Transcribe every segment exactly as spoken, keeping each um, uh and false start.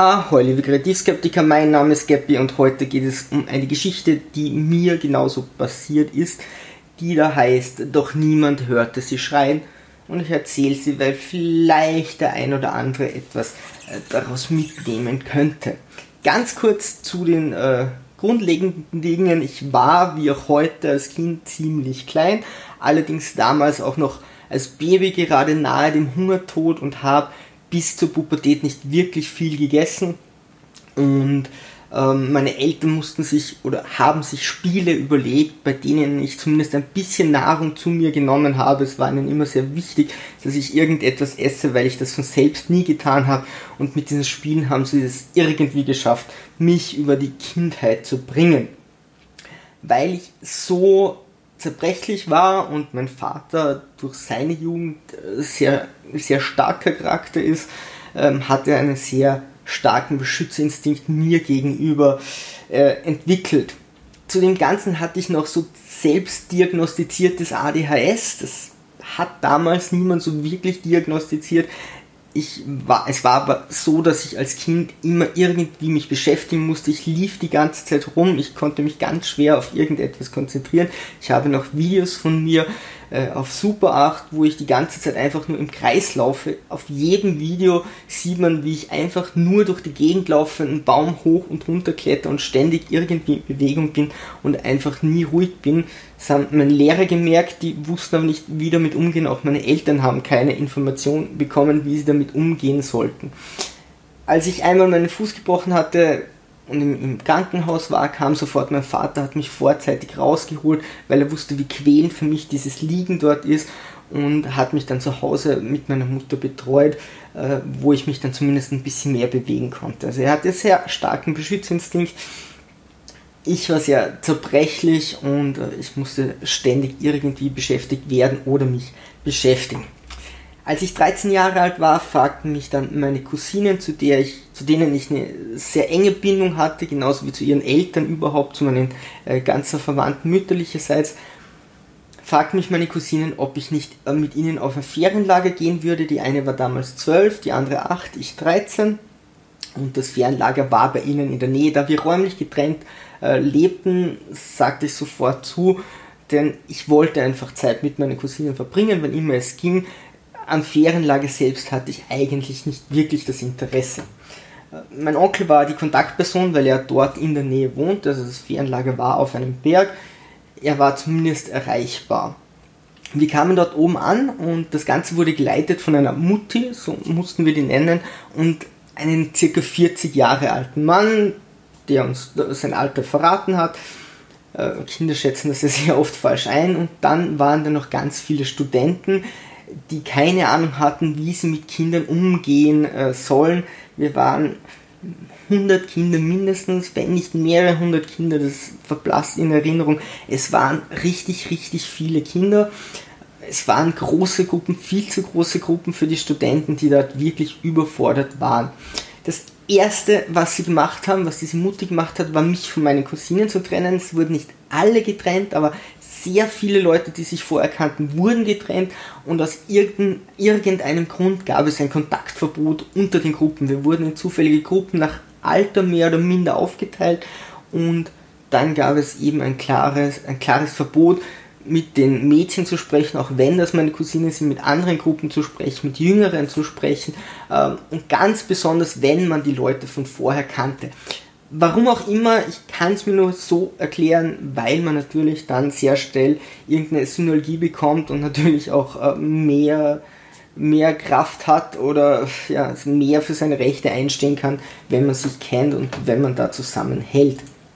Ahoi, liebe Kreativskeptiker, mein Name ist Geppi und heute geht es um eine Geschichte, die mir genauso passiert ist, die da heißt, doch niemand hörte sie schreien, und ich erzähle sie, weil vielleicht der ein oder andere etwas äh, daraus mitnehmen könnte. Ganz kurz zu den äh, grundlegenden Dingen. Ich war, wie auch heute, als Kind ziemlich klein, allerdings damals auch noch als Baby gerade nahe dem Hungertod und habe bis zur Pubertät nicht wirklich viel gegessen, und ähm, meine Eltern mussten sich oder haben sich Spiele überlegt, bei denen ich zumindest ein bisschen Nahrung zu mir genommen habe. Es war ihnen immer sehr wichtig, dass ich irgendetwas esse, weil ich das von selbst nie getan habe, und mit diesen Spielen haben sie es irgendwie geschafft, mich über die Kindheit zu bringen. Weil ich so zerbrechlich war und mein Vater durch seine Jugend sehr, sehr starker Charakter ist, ähm, hat er einen sehr starken Beschützerinstinkt mir gegenüber äh, entwickelt. Zu dem Ganzen hatte ich noch so selbstdiagnostiziertes A D H S. Das hat damals niemand so wirklich diagnostiziert. Ich war, es war aber so, dass ich als Kind immer irgendwie mich beschäftigen musste. Ich lief die ganze Zeit rum, ich konnte mich ganz schwer auf irgendetwas konzentrieren. Ich habe noch Videos von mir äh, auf Super acht, wo ich die ganze Zeit einfach nur im Kreis laufe. Auf jedem Video sieht man, wie ich einfach nur durch die Gegend laufe, einen Baum hoch und runter kletter und ständig irgendwie in Bewegung bin und einfach nie ruhig bin. Das haben meine Lehrer gemerkt, die wussten aber nicht, wie damit umgehen. Auch meine Eltern haben keine Information bekommen, wie sie damit umgehen sollten. Als ich einmal meinen Fuß gebrochen hatte und im, im Krankenhaus war, kam sofort mein Vater, hat mich vorzeitig rausgeholt, weil er wusste, wie quälend für mich dieses Liegen dort ist, und hat mich dann zu Hause mit meiner Mutter betreut, äh, wo ich mich dann zumindest ein bisschen mehr bewegen konnte. Also er hatte sehr starken Beschützerinstinkt. Ich war sehr zerbrechlich und äh, ich musste ständig irgendwie beschäftigt werden oder mich beschäftigen. Als ich dreizehn Jahre alt war, fragten mich dann meine Cousinen, zu, der ich, zu denen ich eine sehr enge Bindung hatte, genauso wie zu ihren Eltern überhaupt, zu meinen äh, ganzen Verwandten mütterlicherseits, fragten mich meine Cousinen, ob ich nicht äh, mit ihnen auf ein Ferienlager gehen würde. Die eine war damals zwölf, die andere acht, ich dreizehn. Und das Ferienlager war bei ihnen in der Nähe. Da wir räumlich getrennt äh, lebten, sagte ich sofort zu, denn ich wollte einfach Zeit mit meinen Cousinen verbringen, wann immer es ging. Am Ferienlager selbst hatte ich eigentlich nicht wirklich das Interesse. Mein Onkel war die Kontaktperson, weil er dort in der Nähe wohnt, also das Ferienlager war auf einem Berg. Er war zumindest erreichbar. Wir kamen dort oben an und das Ganze wurde geleitet von einer Mutti, so mussten wir die nennen, und einen circa vierzig Jahre alten Mann, der uns sein Alter verraten hat. Kinder schätzen das ja sehr oft falsch ein. Und dann waren da noch ganz viele Studenten, die keine Ahnung hatten, wie sie mit Kindern umgehen äh, sollen. Wir waren hundert Kinder mindestens, wenn nicht mehrere hundert Kinder, das verblasst in Erinnerung. Es waren richtig, richtig viele Kinder. Es waren große Gruppen, viel zu große Gruppen für die Studenten, die dort wirklich überfordert waren. Das Erste, was sie gemacht haben, was diese Mutti gemacht hat, war, mich von meinen Cousinen zu trennen. Es wurden nicht alle getrennt, aber sehr viele Leute, die sich vorher kannten, wurden getrennt, und aus irgendeinem Grund gab es ein Kontaktverbot unter den Gruppen. Wir wurden in zufällige Gruppen nach Alter mehr oder minder aufgeteilt, und dann gab es eben ein klares, ein klares Verbot, mit den Mädchen zu sprechen, auch wenn das meine Cousinen sind, mit anderen Gruppen zu sprechen, mit Jüngeren zu sprechen, ähm, und ganz besonders, wenn man die Leute von vorher kannte. Warum auch immer, ich kann es mir nur so erklären, weil man natürlich dann sehr schnell irgendeine Synergie bekommt und natürlich auch äh, mehr, mehr Kraft hat oder ja, mehr für seine Rechte einstehen kann, wenn man sich kennt und wenn man da zusammenhält.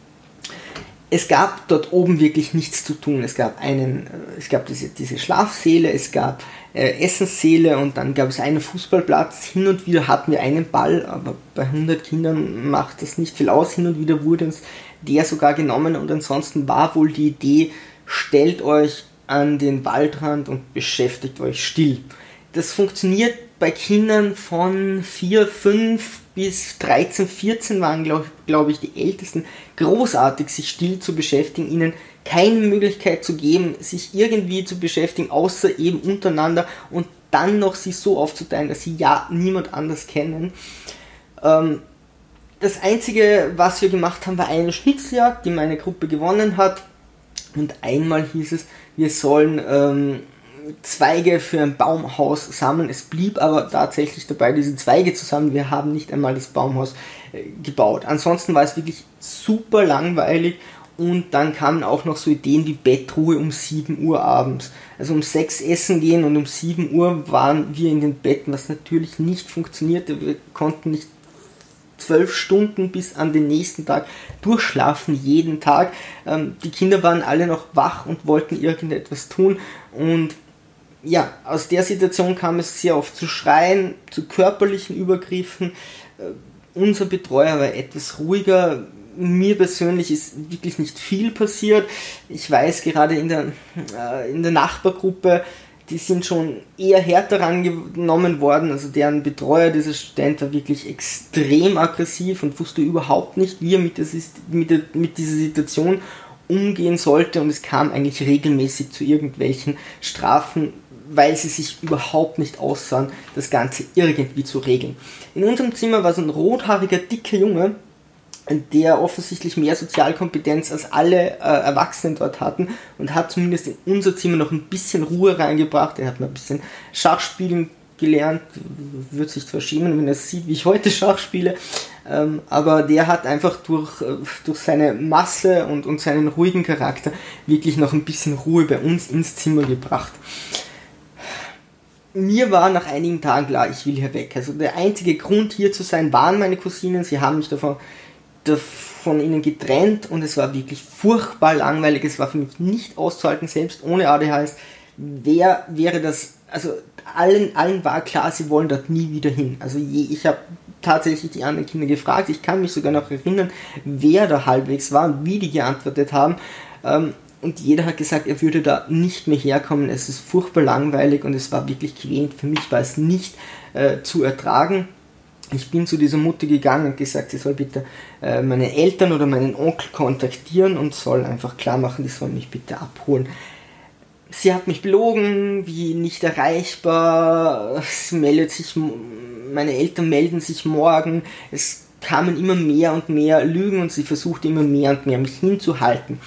Es gab dort oben wirklich nichts zu tun. Es gab einen, es gab diese, diese Schlafsäle, es gab äh, Essenssäle, und dann gab es einen Fußballplatz. Hin und wieder hatten wir einen Ball, aber bei hundert Kindern macht das nicht viel aus. Hin und wieder wurde uns der sogar genommen, und ansonsten war wohl die Idee, stellt euch an den Waldrand und beschäftigt euch still. Das funktioniert bei Kindern von vier, fünf bis dreizehn, vierzehn waren, glaube glaub ich, die Ältesten, großartig, sich still zu beschäftigen, ihnen keine Möglichkeit zu geben, sich irgendwie zu beschäftigen, außer eben untereinander, und dann noch sich so aufzuteilen, dass sie ja niemand anders kennen. Ähm, Das Einzige, was wir gemacht haben, war eine Schnitzeljagd, die meine Gruppe gewonnen hat. Und einmal hieß es, wir sollen ähm, Zweige für ein Baumhaus sammeln. Es blieb aber tatsächlich dabei, diese Zweige zu sammeln. Wir haben nicht einmal das Baumhaus äh, gebaut. Ansonsten war es wirklich super langweilig. Und dann kamen auch noch so Ideen wie Bettruhe um sieben Uhr abends. Also um sechs essen gehen und um sieben Uhr waren wir in den Betten, was natürlich nicht funktionierte. Wir konnten nicht zwölf Stunden bis an den nächsten Tag durchschlafen, jeden Tag. Ähm, die Kinder waren alle noch wach und wollten irgendetwas tun. Und ja, aus der Situation kam es sehr oft zu Schreien, zu körperlichen Übergriffen. Äh, unser Betreuer war etwas ruhiger. Mir persönlich ist wirklich nicht viel passiert. Ich weiß, gerade in der, äh, in der Nachbargruppe, die sind schon eher härter rangenommen worden. Also deren Betreuer, dieser Student, war wirklich extrem aggressiv und wusste überhaupt nicht, wie er mit, das ist, mit, der, mit dieser Situation umgehen sollte. Und es kam eigentlich regelmäßig zu irgendwelchen Strafen, weil sie sich überhaupt nicht aussahen, das Ganze irgendwie zu regeln. In unserem Zimmer war so ein rothaariger, dicker Junge, der offensichtlich mehr Sozialkompetenz als alle äh, Erwachsenen dort hatten und hat zumindest in unser Zimmer noch ein bisschen Ruhe reingebracht. Er hat mal ein bisschen Schachspielen gelernt, wird sich zwar schämen, wenn er sieht, wie ich heute Schach spiele, ähm, aber der hat einfach durch, äh, durch seine Masse und, und seinen ruhigen Charakter wirklich noch ein bisschen Ruhe bei uns ins Zimmer gebracht. Mir war nach einigen Tagen klar, ich will hier weg. Also der einzige Grund hier zu sein waren meine Cousinen, sie haben mich davon von ihnen getrennt und es war wirklich furchtbar langweilig, es war für mich nicht auszuhalten, selbst ohne A D H S, wer wäre das, also allen, allen war klar, sie wollen dort nie wieder hin, also je, ich habe tatsächlich die anderen Kinder gefragt, ich kann mich sogar noch erinnern, wer da halbwegs war und wie die geantwortet haben, ähm, und jeder hat gesagt, er würde da nicht mehr herkommen, es ist furchtbar langweilig und es war wirklich quälend, für mich war es nicht äh, zu ertragen. Ich bin zu dieser Mutter gegangen und gesagt, sie soll bitte äh, meine Eltern oder meinen Onkel kontaktieren und soll einfach klar machen, die sollen mich bitte abholen. Sie hat mich belogen, wie nicht erreichbar, sie meldet sich, meine Eltern melden sich morgen, es kamen immer mehr und mehr Lügen und sie versuchte immer mehr und mehr mich hinzuhalten.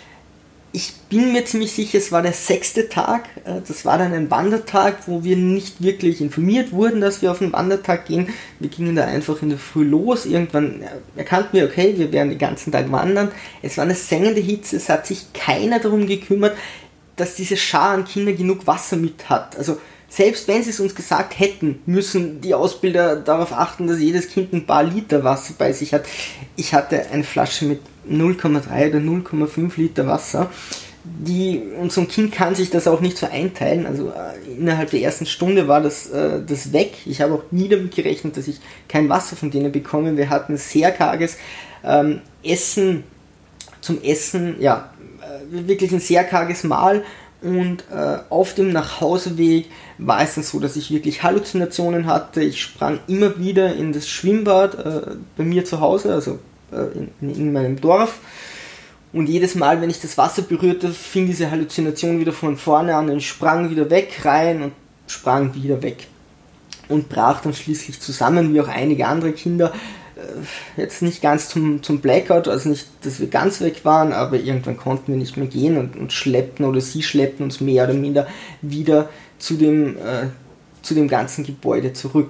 Ich bin mir ziemlich sicher, es war der sechste Tag, das war dann ein Wandertag, wo wir nicht wirklich informiert wurden, dass wir auf einen Wandertag gehen. Wir gingen da einfach in der Früh los, irgendwann erkannten wir, okay, wir werden den ganzen Tag wandern. Es war eine sengende Hitze, es hat sich keiner darum gekümmert, dass diese Schar an Kindern genug Wasser mit hat. Also selbst wenn sie es uns gesagt hätten, müssen die Ausbilder darauf achten, dass jedes Kind ein paar Liter Wasser bei sich hat. Ich hatte eine Flasche mit null Komma drei oder null Komma fünf Liter Wasser. Die, und so ein Kind kann sich das auch nicht so einteilen. Also äh, innerhalb der ersten Stunde war das, äh, das weg. Ich habe auch nie damit gerechnet, dass ich kein Wasser von denen bekomme. Wir hatten sehr karges ähm, Essen zum Essen, ja, äh, wirklich ein sehr karges Mahl. Und äh, auf dem Nachhauseweg war es dann so, dass ich wirklich Halluzinationen hatte. Ich sprang immer wieder in das Schwimmbad äh, bei mir zu Hause, also äh, in, in meinem Dorf. Und jedes Mal, wenn ich das Wasser berührte, fing diese Halluzination wieder von vorne an und ich sprang wieder weg rein und sprang wieder weg. Und brach dann schließlich zusammen, wie auch einige andere Kinder, äh, jetzt nicht ganz zum, zum Blackout, also nicht, dass wir ganz weg waren, aber irgendwann konnten wir nicht mehr gehen und, und schleppten oder sie schleppten uns mehr oder minder wieder zu dem, äh, zu dem ganzen Gebäude zurück.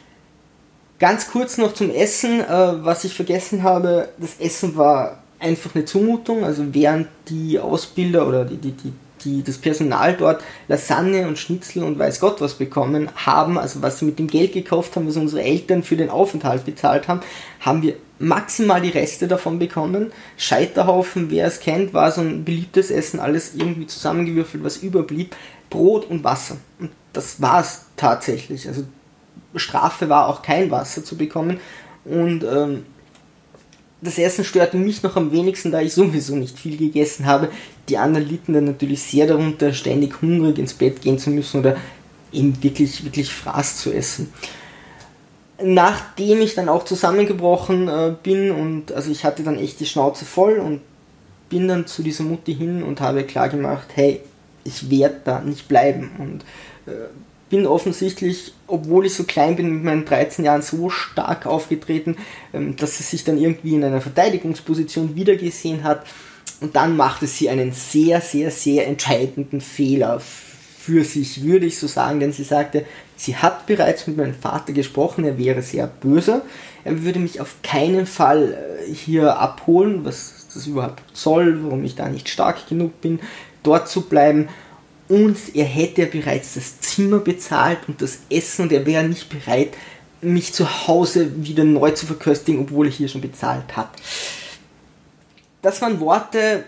Ganz kurz noch zum Essen, äh, was ich vergessen habe, das Essen war einfach eine Zumutung, also während die Ausbilder oder die, die, die, die, das Personal dort Lasagne und Schnitzel und weiß Gott was bekommen haben, also was sie mit dem Geld gekauft haben, was unsere Eltern für den Aufenthalt bezahlt haben, haben wir maximal die Reste davon bekommen. Scheiterhaufen, wer es kennt, war so ein beliebtes Essen, alles irgendwie zusammengewürfelt, was überblieb, Brot und Wasser. Und das war es tatsächlich, also Strafe war auch kein Wasser zu bekommen und ähm, das Essen störte mich noch am wenigsten, da ich sowieso nicht viel gegessen habe. Die anderen litten dann natürlich sehr darunter, ständig hungrig ins Bett gehen zu müssen oder eben wirklich, wirklich Fraß zu essen. Nachdem ich dann auch zusammengebrochen äh, bin und also ich hatte dann echt die Schnauze voll und bin dann zu dieser Mutti hin und habe klar gemacht, hey, ich werde da nicht bleiben und äh, bin offensichtlich, obwohl ich so klein bin, mit meinen dreizehn Jahren so stark aufgetreten, dass sie sich dann irgendwie in einer Verteidigungsposition wiedergesehen hat. Und dann machte sie einen sehr, sehr, sehr entscheidenden Fehler für sich, würde ich so sagen, denn sie sagte, sie hat bereits mit meinem Vater gesprochen, er wäre sehr böse, er würde mich auf keinen Fall hier abholen, was das überhaupt soll, warum ich da nicht stark genug bin, dort zu bleiben. Und er hätte bereits das Zimmer bezahlt und das Essen und er wäre nicht bereit, mich zu Hause wieder neu zu verköstigen, obwohl er hier schon bezahlt hat. Das waren Worte,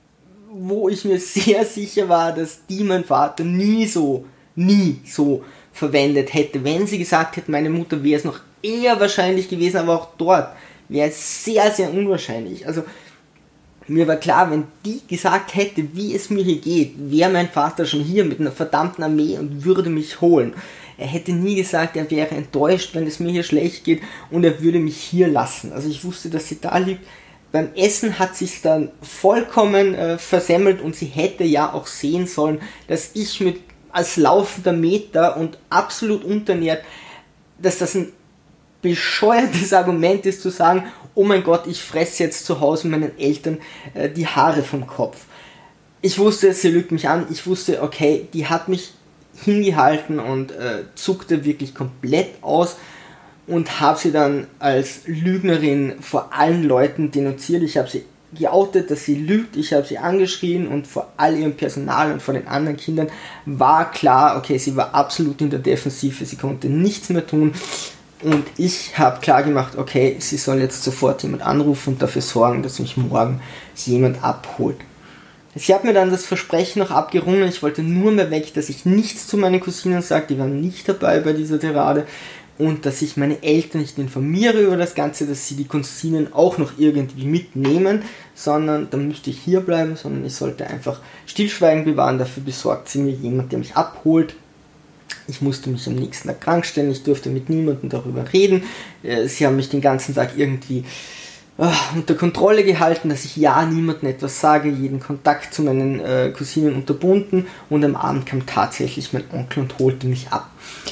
wo ich mir sehr sicher war, dass die mein Vater nie so, nie so verwendet hätte. Wenn sie gesagt hätte, meine Mutter, wäre es noch eher wahrscheinlich gewesen, aber auch dort wäre es sehr, sehr unwahrscheinlich. Also mir war klar, wenn die gesagt hätte, wie es mir hier geht, wäre mein Vater schon hier mit einer verdammten Armee und würde mich holen. Er hätte nie gesagt, er wäre enttäuscht, wenn es mir hier schlecht geht und er würde mich hier lassen. Also ich wusste, dass sie da liegt. Beim Essen hat sich dann vollkommen äh, versemmelt und sie hätte ja auch sehen sollen, dass ich mit als laufender Meter und absolut unterernährt, dass das ein bescheuertes Argument ist zu sagen, oh mein Gott, ich fresse jetzt zu Hause meinen Eltern äh, die Haare vom Kopf. Ich wusste, sie lügt mich an, ich wusste, okay, die hat mich hingehalten und äh, zuckte wirklich komplett aus und habe sie dann als Lügnerin vor allen Leuten denunziert. Ich habe sie geoutet, dass sie lügt, ich habe sie angeschrien und vor all ihrem Personal und vor den anderen Kindern war klar, okay, sie war absolut in der Defensive, sie konnte nichts mehr tun. Und ich habe klar gemacht, okay, sie soll jetzt sofort jemand anrufen und dafür sorgen, dass mich morgen jemand abholt. Sie hat mir dann das Versprechen noch abgerungen, ich wollte nur mehr weg, dass ich nichts zu meinen Cousinen sage, die waren nicht dabei bei dieser Tirade und dass ich meine Eltern nicht informiere über das Ganze, dass sie die Cousinen auch noch irgendwie mitnehmen, sondern dann müsste ich hier bleiben, sondern ich sollte einfach Stillschweigen bewahren, dafür besorgt sie mir jemand, der mich abholt. Ich musste mich am nächsten Tag krank stellen, ich durfte mit niemandem darüber reden. Sie haben mich den ganzen Tag irgendwie uh, unter Kontrolle gehalten, dass ich ja niemandem etwas sage, jeden Kontakt zu meinen äh, Cousinen unterbunden und am Abend kam tatsächlich mein Onkel und holte mich ab.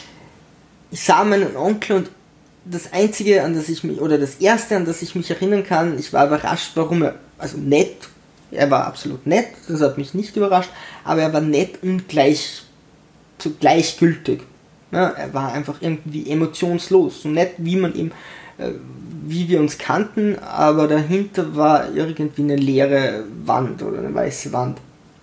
Ich sah meinen Onkel und das Einzige, an das ich mich, oder das Erste, an das ich mich erinnern kann, ich war überrascht, warum er, also nett, er war absolut nett, das hat mich nicht überrascht, aber er war nett und gleich so gleichgültig. Ja, er war einfach irgendwie emotionslos, so nett wie man ihm, äh, wie wir uns kannten, aber dahinter war irgendwie eine leere Wand oder eine weiße Wand.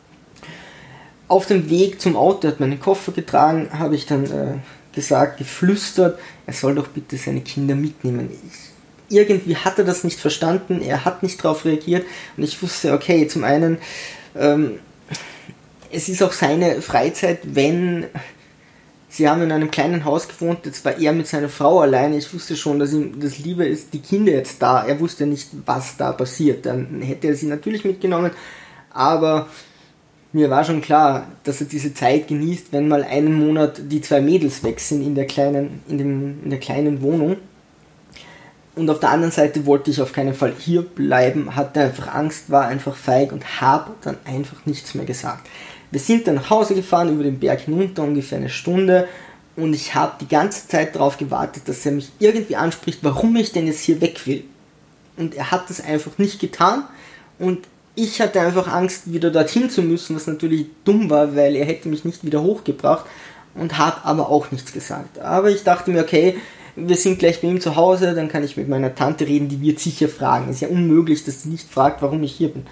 Auf dem Weg zum Auto, er hat meinen Koffer getragen, habe ich dann äh, gesagt, geflüstert, er soll doch bitte seine Kinder mitnehmen. Ich, irgendwie hat er das nicht verstanden, er hat nicht darauf reagiert und ich wusste, okay, zum einen ähm, es ist auch seine Freizeit, wenn sie haben in einem kleinen Haus gewohnt, jetzt war er mit seiner Frau alleine, ich wusste schon, dass ihm das lieber ist, die Kinder jetzt da, er wusste nicht, was da passiert, dann hätte er sie natürlich mitgenommen, aber mir war schon klar, dass er diese Zeit genießt, wenn mal einen Monat die zwei Mädels weg sind in der kleinen, in dem, in der kleinen Wohnung. Und auf der anderen Seite wollte ich auf keinen Fall hier bleiben, hatte einfach Angst, war einfach feig und habe dann einfach nichts mehr gesagt. Wir sind dann nach Hause gefahren, über den Berg hinunter, ungefähr eine Stunde und ich habe die ganze Zeit darauf gewartet, dass er mich irgendwie anspricht, warum ich denn jetzt hier weg will. Und er hat das einfach nicht getan und ich hatte einfach Angst, wieder dorthin zu müssen, was natürlich dumm war, weil er hätte mich nicht wieder hochgebracht und habe aber auch nichts gesagt. Aber ich dachte mir, okay, wir sind gleich bei ihm zu Hause, dann kann ich mit meiner Tante reden, die wird sicher fragen. Es ist ja unmöglich, dass sie nicht fragt, warum ich hier bin.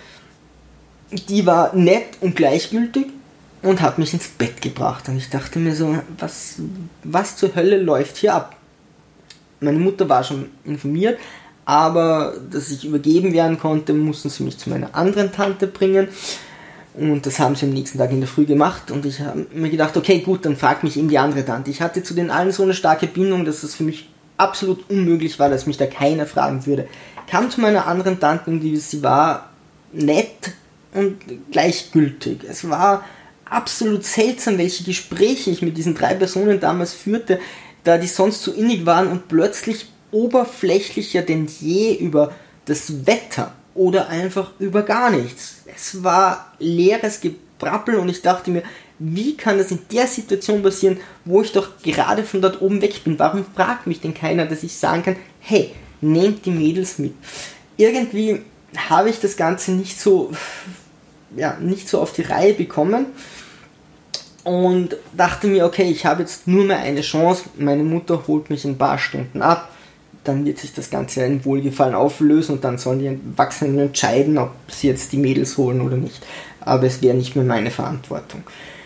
Die war nett und gleichgültig und hat mich ins Bett gebracht. Und ich dachte mir so, was, was zur Hölle läuft hier ab? Meine Mutter war schon informiert, aber dass ich übergeben werden konnte, mussten sie mich zu meiner anderen Tante bringen. Und das haben sie am nächsten Tag in der Früh gemacht. Und ich habe mir gedacht, okay, gut, dann fragt mich eben die andere Tante. Ich hatte zu den allen so eine starke Bindung, dass es für mich absolut unmöglich war, dass mich da keiner fragen würde. Kam zu meiner anderen Tante und die, sie war nett und gleichgültig. Es war absolut seltsam, welche Gespräche ich mit diesen drei Personen damals führte, da die sonst so innig waren und plötzlich oberflächlicher denn je über das Wetter oder einfach über gar nichts. Es war leeres Gebrabbel und ich dachte mir, Wie kann das in der Situation passieren, wo ich doch gerade von dort oben weg bin? Warum fragt mich denn keiner, dass ich sagen kann, hey, nehmt die Mädels mit? Irgendwie habe ich das Ganze nicht so, ja, nicht so auf die Reihe bekommen und dachte mir, okay, ich habe jetzt nur mehr eine Chance, meine Mutter holt mich in ein paar Stunden ab, dann wird sich das Ganze in Wohlgefallen auflösen und dann sollen die Erwachsenen entscheiden, ob sie jetzt die Mädels holen oder nicht. Aber es wäre nicht mehr meine Verantwortung.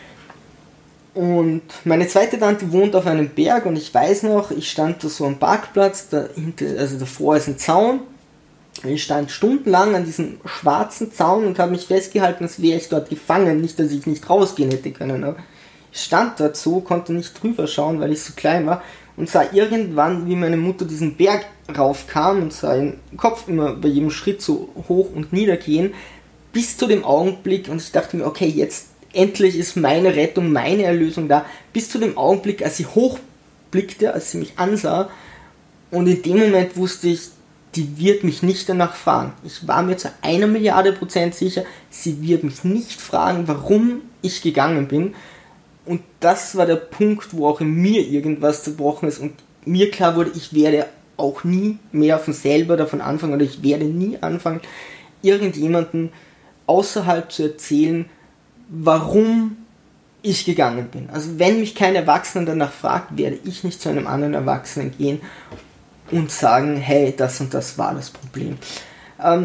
Und meine zweite Tante wohnt auf einem Berg und ich weiß noch, ich stand da so am Parkplatz, dahinter, also davor ist ein Zaun. Ich stand stundenlang an diesem schwarzen Zaun und habe mich festgehalten, als wäre ich dort gefangen, nicht, dass ich nicht rausgehen hätte können. Aber ich stand dort so, konnte nicht drüber schauen, weil ich so klein war und sah irgendwann, wie meine Mutter diesen Berg raufkam und sah ihren Kopf immer bei jedem Schritt so hoch und nieder gehen, bis zu dem Augenblick, und ich dachte mir, okay, jetzt endlich ist meine Rettung, meine Erlösung da, bis zu dem Augenblick, als sie hochblickte, als sie mich ansah, und in dem Moment wusste ich, die wird mich nicht danach fragen. Ich war mir zu einer Milliarde Prozent sicher, sie wird mich nicht fragen, warum ich gegangen bin. Und das war der Punkt, wo auch in mir irgendwas zerbrochen ist und mir klar wurde, ich werde auch nie mehr von selber davon anfangen, oder ich werde nie anfangen, irgendjemanden außerhalb zu erzählen, warum ich gegangen bin. Also wenn mich kein Erwachsener danach fragt, werde ich nicht zu einem anderen Erwachsenen gehen und sagen, hey, das und das war das Problem. Ähm,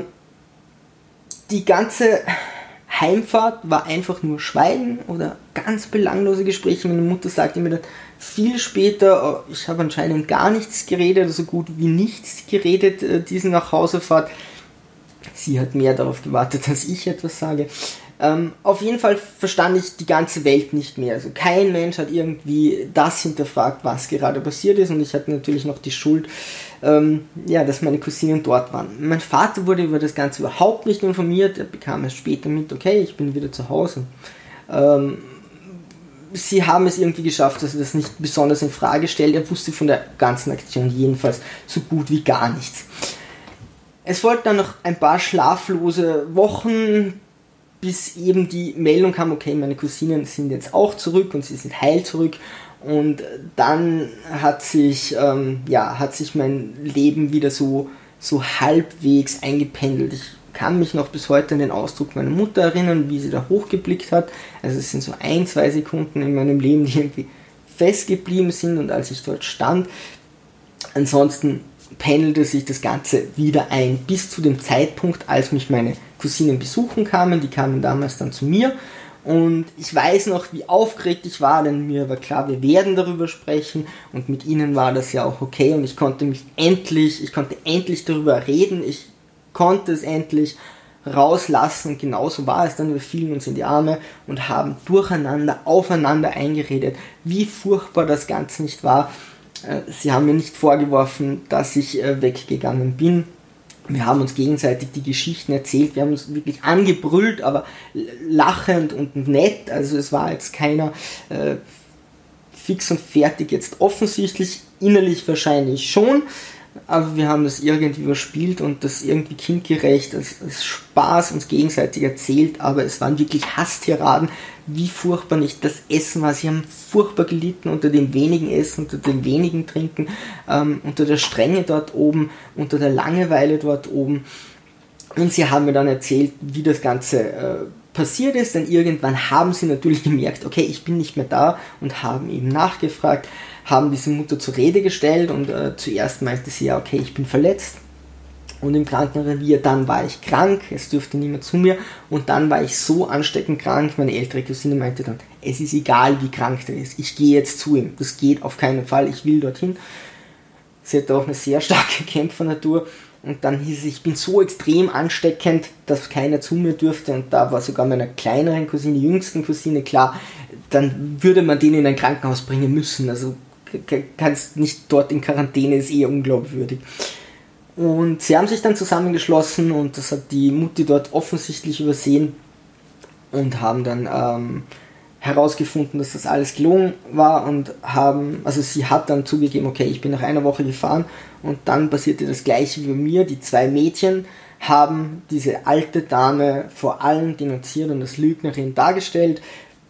die ganze Heimfahrt war einfach nur Schweigen oder ganz belanglose Gespräche. Meine Mutter sagte mir dann viel später, oh, ich habe anscheinend gar nichts geredet, also gut wie nichts geredet, äh, diese Nachhausefahrt. Sie hat mehr darauf gewartet, dass ich etwas sage. Ähm, auf jeden Fall verstand ich die ganze Welt nicht mehr. Also kein Mensch hat irgendwie das hinterfragt, was gerade passiert ist, und ich hatte natürlich noch die Schuld, ähm, ja, dass meine Cousinen dort waren. Mein Vater wurde über das Ganze überhaupt nicht informiert. Er bekam erst später mit, okay, ich bin wieder zu Hause. Ähm, sie haben es irgendwie geschafft, dass er das nicht besonders in Frage stellt. Er wusste von der ganzen Aktion jedenfalls so gut wie gar nichts. Es folgten dann noch ein paar schlaflose Wochen, bis eben die Meldung kam, okay, meine Cousinen sind jetzt auch zurück und sie sind heil zurück, und dann hat sich, ähm, ja, hat sich mein Leben wieder so, so halbwegs eingependelt. Ich kann mich noch bis heute an den Ausdruck meiner Mutter erinnern, wie sie da hochgeblickt hat. Also es sind so ein, zwei Sekunden in meinem Leben, die irgendwie festgeblieben sind, und als ich dort stand, ansonsten pendelte sich das Ganze wieder ein, bis zu dem Zeitpunkt, als mich meine Cousinen besuchen kamen. Die kamen damals dann zu mir, und ich weiß noch, wie aufgeregt ich war, denn mir war klar, wir werden darüber sprechen, und mit ihnen war das ja auch okay, und ich konnte mich endlich, ich konnte endlich darüber reden, ich konnte es endlich rauslassen, und genauso war es dann. Wir fielen uns in die Arme und haben durcheinander, aufeinander eingeredet, wie furchtbar das Ganze nicht war. Sie haben mir nicht vorgeworfen, dass ich äh, weggegangen bin. Wir haben uns gegenseitig die Geschichten erzählt. Wir haben uns wirklich angebrüllt, aber lachend und nett. Also es war jetzt keiner äh, fix und fertig jetzt offensichtlich. Innerlich wahrscheinlich schon. Aber wir haben das irgendwie überspielt und das irgendwie kindgerecht als, als Spaß uns gegenseitig erzählt. Aber es waren wirklich Hasstiraden, wie furchtbar nicht das Essen war. Sie haben furchtbar gelitten unter dem wenigen Essen, unter dem wenigen Trinken, ähm, unter der Strenge dort oben, unter der Langeweile dort oben. Und sie haben mir dann erzählt, wie das Ganze äh, passiert ist. Denn irgendwann haben sie natürlich gemerkt, okay, ich bin nicht mehr da, und haben eben nachgefragt, haben diese Mutter zur Rede gestellt, und äh, zuerst meinte sie, ja, okay, ich bin verletzt und im Krankenrevier, dann war ich krank, es dürfte niemand zu mir, und dann war ich so ansteckend krank, meine ältere Cousine meinte dann, es ist egal, wie krank der ist, ich gehe jetzt zu ihm, das geht auf keinen Fall, ich will dorthin. Sie hatte auch eine sehr starke Kämpfernatur, und dann hieß es, ich bin so extrem ansteckend, dass keiner zu mir dürfte, und da war sogar meiner kleineren Cousine, jüngsten Cousine klar, dann würde man den in ein Krankenhaus bringen müssen, also kannst nicht dort in Quarantäne, ist eher unglaubwürdig. Und sie haben sich dann zusammengeschlossen, und das hat die Mutti dort offensichtlich übersehen, und haben dann ähm, herausgefunden, dass das alles gelogen war, und haben, also sie hat dann zugegeben, okay, ich bin nach einer Woche gefahren, und dann passierte das gleiche wie bei mir. Die zwei Mädchen haben diese alte Dame vor allen denunziert und als Lügnerin dargestellt,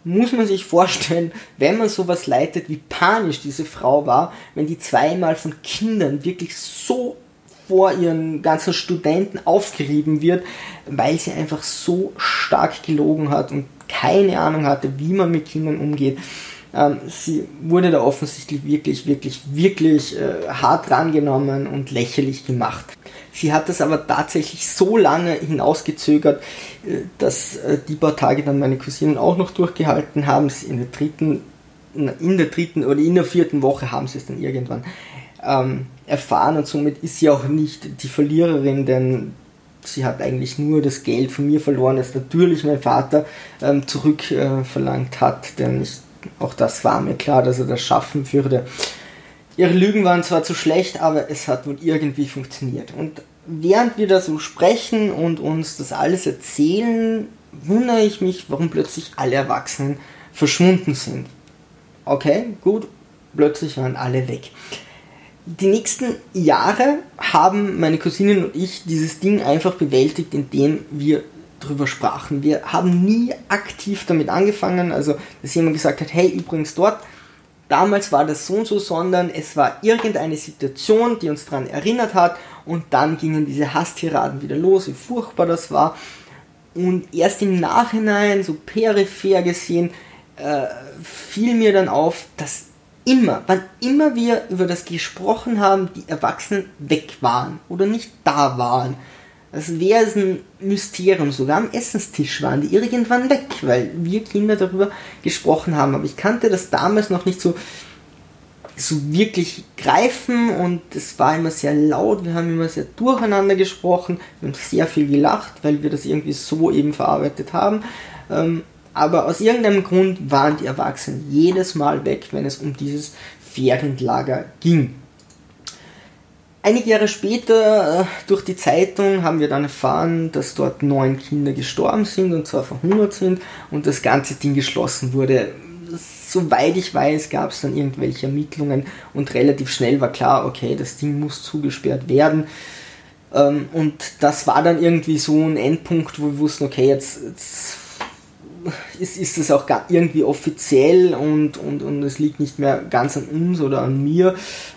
muss man sich vorstellen, wenn man sowas leitet, wie panisch diese Frau war, wenn die zweimal von Kindern wirklich so vor ihren ganzen Studenten aufgerieben wird, weil sie einfach so stark gelogen hat und keine Ahnung hatte, wie man mit Kindern umgeht. Ähm, sie wurde da offensichtlich wirklich, wirklich, wirklich äh, hart rangenommen und lächerlich gemacht. Sie hat das aber tatsächlich so lange hinausgezögert, äh, dass äh, die paar Tage dann meine Cousinen auch noch durchgehalten haben. Sie in der dritten, in der dritten oder in der vierten Woche haben sie es dann irgendwann ähm, erfahren und somit ist sie auch nicht die Verliererin, denn sie hat eigentlich nur das Geld von mir verloren, das natürlich mein Vater ähm, zurückverlangt äh, hat, denn ich, auch das war mir klar, dass er das schaffen würde. Ihre Lügen waren zwar zu schlecht, aber es hat wohl irgendwie funktioniert. Und während wir da so sprechen und uns das alles erzählen, wundere ich mich, warum plötzlich alle Erwachsenen verschwunden sind. Okay, gut, plötzlich waren alle weg. Die nächsten Jahre haben meine Cousinen und ich dieses Ding einfach bewältigt, indem wir drüber sprachen. Wir haben nie aktiv damit angefangen, also dass jemand gesagt hat, hey, übrigens dort, damals war das so und so, sondern es war irgendeine Situation, die uns daran erinnert hat und dann gingen diese Hasstiraden wieder los, wie furchtbar das war. Und erst im Nachhinein, so peripher gesehen, äh, fiel mir dann auf, dass immer, wann immer wir über das gesprochen haben, die Erwachsenen weg waren oder nicht da waren. Als wäre es ein Mysterium, sogar am Essenstisch waren die irgendwann weg, weil wir Kinder darüber gesprochen haben. Aber ich kannte das damals noch nicht so, so wirklich greifen und es war immer sehr laut, wir haben immer sehr durcheinander gesprochen, wir haben sehr viel gelacht, weil wir das irgendwie so eben verarbeitet haben. Ähm, aber aus irgendeinem Grund waren die Erwachsenen jedes Mal weg, wenn es um dieses Ferienlager ging. Einige Jahre später, durch die Zeitung, haben wir dann erfahren, dass dort neun Kinder gestorben sind und zwar verhungert sind und das ganze Ding geschlossen wurde. Soweit ich weiß, gab es dann irgendwelche Ermittlungen und relativ schnell war klar, okay, das Ding muss zugesperrt werden. Und das war dann irgendwie so ein Endpunkt, wo wir wussten, okay, jetzt, jetzt ist, ist das auch irgendwie offiziell und, und, und es liegt nicht mehr ganz an uns oder an mir.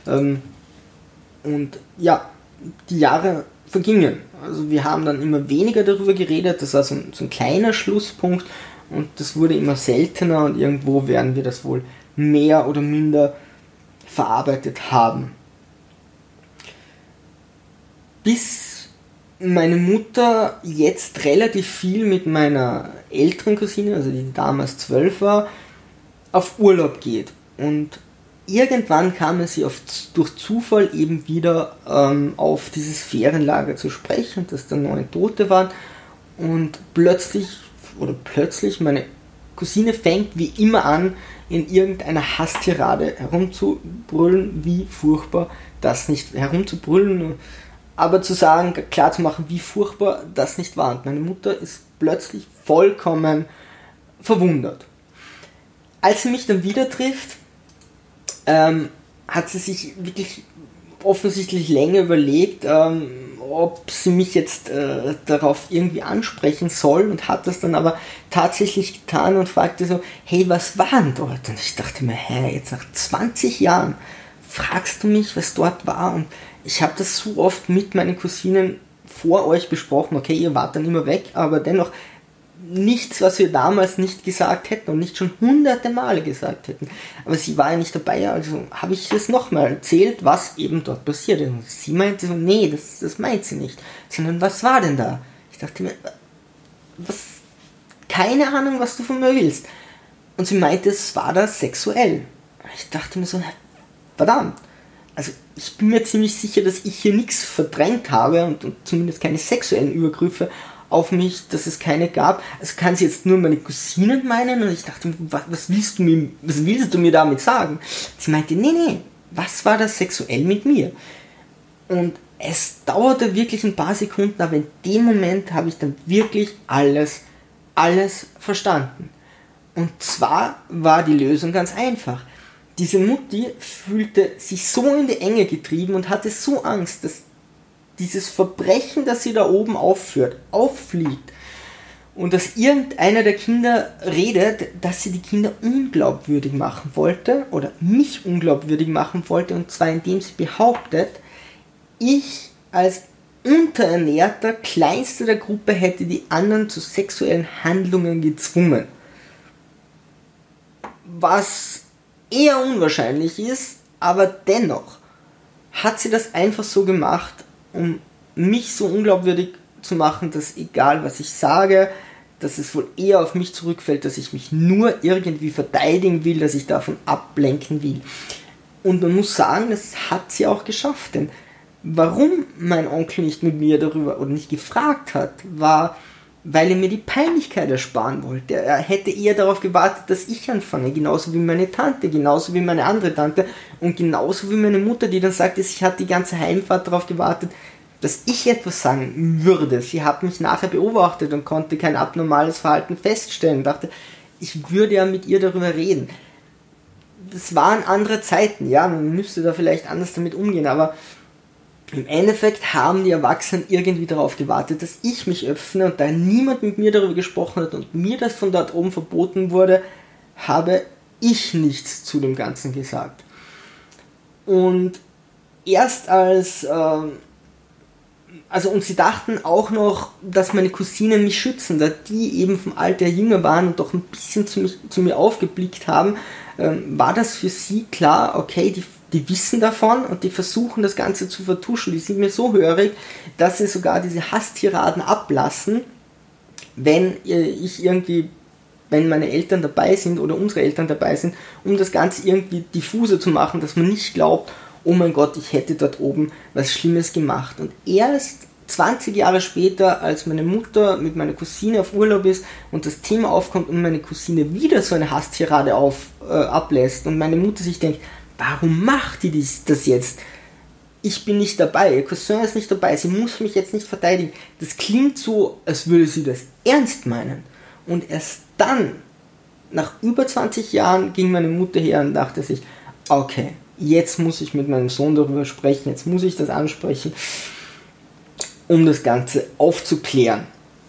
Und ja, die Jahre vergingen. Also wir haben dann immer weniger darüber geredet, das war so ein, so ein kleiner Schlusspunkt und das wurde immer seltener und irgendwo werden wir das wohl mehr oder minder verarbeitet haben. Bis meine Mutter jetzt relativ viel mit meiner älteren Cousine, also die damals zwölf war, auf Urlaub geht. Und irgendwann kam sie auf, durch Zufall eben wieder ähm, auf dieses Ferienlager zu sprechen, dass da neun Tote waren. Und plötzlich, oder plötzlich, meine Cousine fängt wie immer an, in irgendeiner Hasstirade herumzubrüllen, wie furchtbar das nicht, herumzubrüllen, aber zu sagen, klar zu machen, wie furchtbar das nicht war. Und meine Mutter ist plötzlich vollkommen verwundert. Als sie mich dann wieder trifft, ähm, hat sie sich wirklich offensichtlich länger überlegt, ähm, ob sie mich jetzt äh, darauf irgendwie ansprechen soll und hat das dann aber tatsächlich getan und fragte so, hey, was war denn dort? Und ich dachte mir, hä, jetzt nach zwanzig Jahren fragst du mich, was dort war? Und ich habe das so oft mit meinen Cousinen vor euch besprochen, okay, ihr wart dann immer weg, aber dennoch nichts, was wir damals nicht gesagt hätten und nicht schon hunderte Male gesagt hätten. Aber sie war ja nicht dabei, also habe ich es nochmal erzählt, was eben dort passiert ist. Und sie meinte so, nee, das, das meint sie nicht. Sondern, was war denn da? Ich dachte mir, was, keine Ahnung, was du von mir willst. Und sie meinte, es war da sexuell. Ich dachte mir so, verdammt. Also ich bin mir ziemlich sicher, dass ich hier nichts verdrängt habe und, und zumindest keine sexuellen Übergriffe auf mich, dass es keine gab. Also kann sie jetzt nur meine Cousinen meinen? Und ich dachte, was, was, willst du mir, was willst du mir damit sagen? Sie meinte, nee, nee, was war das sexuell mit mir? Und es dauerte wirklich ein paar Sekunden, aber in dem Moment habe ich dann wirklich alles, alles verstanden. Und zwar war die Lösung ganz einfach. Diese Mutti fühlte sich so in die Enge getrieben und hatte so Angst, dass dieses Verbrechen, das sie da oben aufführt, auffliegt Und dass irgendeiner der Kinder redet, dass sie die Kinder unglaubwürdig machen wollte oder mich unglaubwürdig machen wollte, und zwar indem sie behauptet, ich als unterernährter Kleinster der Gruppe hätte die anderen zu sexuellen Handlungen gezwungen. Was eher unwahrscheinlich ist, aber dennoch hat sie das einfach so gemacht, um mich so unglaubwürdig zu machen, dass egal was ich sage, dass es wohl eher auf mich zurückfällt, dass ich mich nur irgendwie verteidigen will, dass ich davon ablenken will. Und man muss sagen, das hat sie auch geschafft, denn warum mein Onkel nicht mit mir darüber oder nicht gefragt hat, war, weil er mir die Peinlichkeit ersparen wollte. Er hätte eher darauf gewartet, dass ich anfange, genauso wie meine Tante, genauso wie meine andere Tante und genauso wie meine Mutter, die dann sagte, sie hat die ganze Heimfahrt darauf gewartet, dass ich etwas sagen würde. Sie hat mich nachher beobachtet und konnte kein abnormales Verhalten feststellen. Dachte, ich würde ja mit ihr darüber reden. Das waren andere Zeiten, ja, man müsste da vielleicht anders damit umgehen, aber im Endeffekt haben die Erwachsenen irgendwie darauf gewartet, dass ich mich öffne, und da niemand mit mir darüber gesprochen hat und mir das von dort oben verboten wurde, habe ich nichts zu dem Ganzen gesagt. Und erst als, äh, also und sie dachten auch noch, dass meine Cousinen mich schützen, da die eben vom Alter jünger waren und doch ein bisschen zu, mich, zu mir aufgeblickt haben, ähm, war das für sie klar, okay, die Die wissen davon und die versuchen das Ganze zu vertuschen. Die sind mir so hörig, dass sie sogar diese Hasstiraden ablassen, wenn ich irgendwie, wenn meine Eltern dabei sind oder unsere Eltern dabei sind, um das Ganze irgendwie diffuser zu machen, dass man nicht glaubt, oh mein Gott, ich hätte dort oben was Schlimmes gemacht. Und erst zwanzig Jahre später, als meine Mutter mit meiner Cousine auf Urlaub ist und das Thema aufkommt und meine Cousine wieder so eine Hasstirade auf, äh, ablässt und meine Mutter sich denkt, warum macht die das jetzt? Ich bin nicht dabei, ihr Cousin ist nicht dabei, sie muss mich jetzt nicht verteidigen. Das klingt so, als würde sie das ernst meinen. Und erst dann, nach über zwanzig Jahren, ging meine Mutter her und dachte sich, okay, jetzt muss ich mit meinem Sohn darüber sprechen, jetzt muss ich das ansprechen, um das Ganze aufzuklären.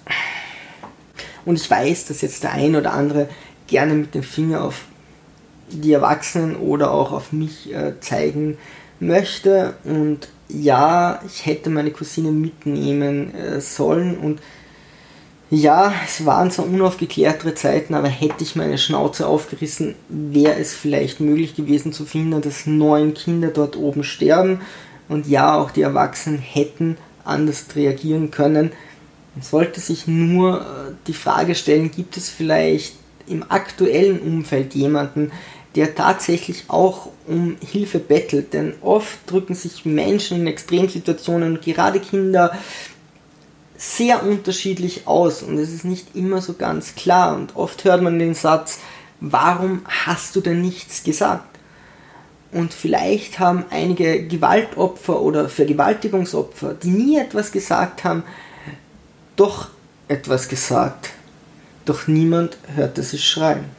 Und ich weiß, dass jetzt der ein oder andere gerne mit dem Finger auf die Erwachsenen oder auch auf mich äh, zeigen möchte, und ja, ich hätte meine Cousine mitnehmen äh, sollen, und ja, es waren zwar unaufgeklärtere Zeiten, aber hätte ich meine Schnauze aufgerissen, wäre es vielleicht möglich gewesen zu verhindern, dass neun Kinder dort oben sterben, und ja, auch die Erwachsenen hätten anders reagieren können. Es sollte sich nur äh, die Frage stellen, gibt es vielleicht im aktuellen Umfeld jemanden, der tatsächlich auch um Hilfe bettelt, denn oft drücken sich Menschen in Extremsituationen, gerade Kinder, sehr unterschiedlich aus, und es ist nicht immer so ganz klar, und oft hört man den Satz, warum hast du denn nichts gesagt? Und vielleicht haben einige Gewaltopfer oder Vergewaltigungsopfer, die nie etwas gesagt haben, doch etwas gesagt, doch niemand hörte sie schreien.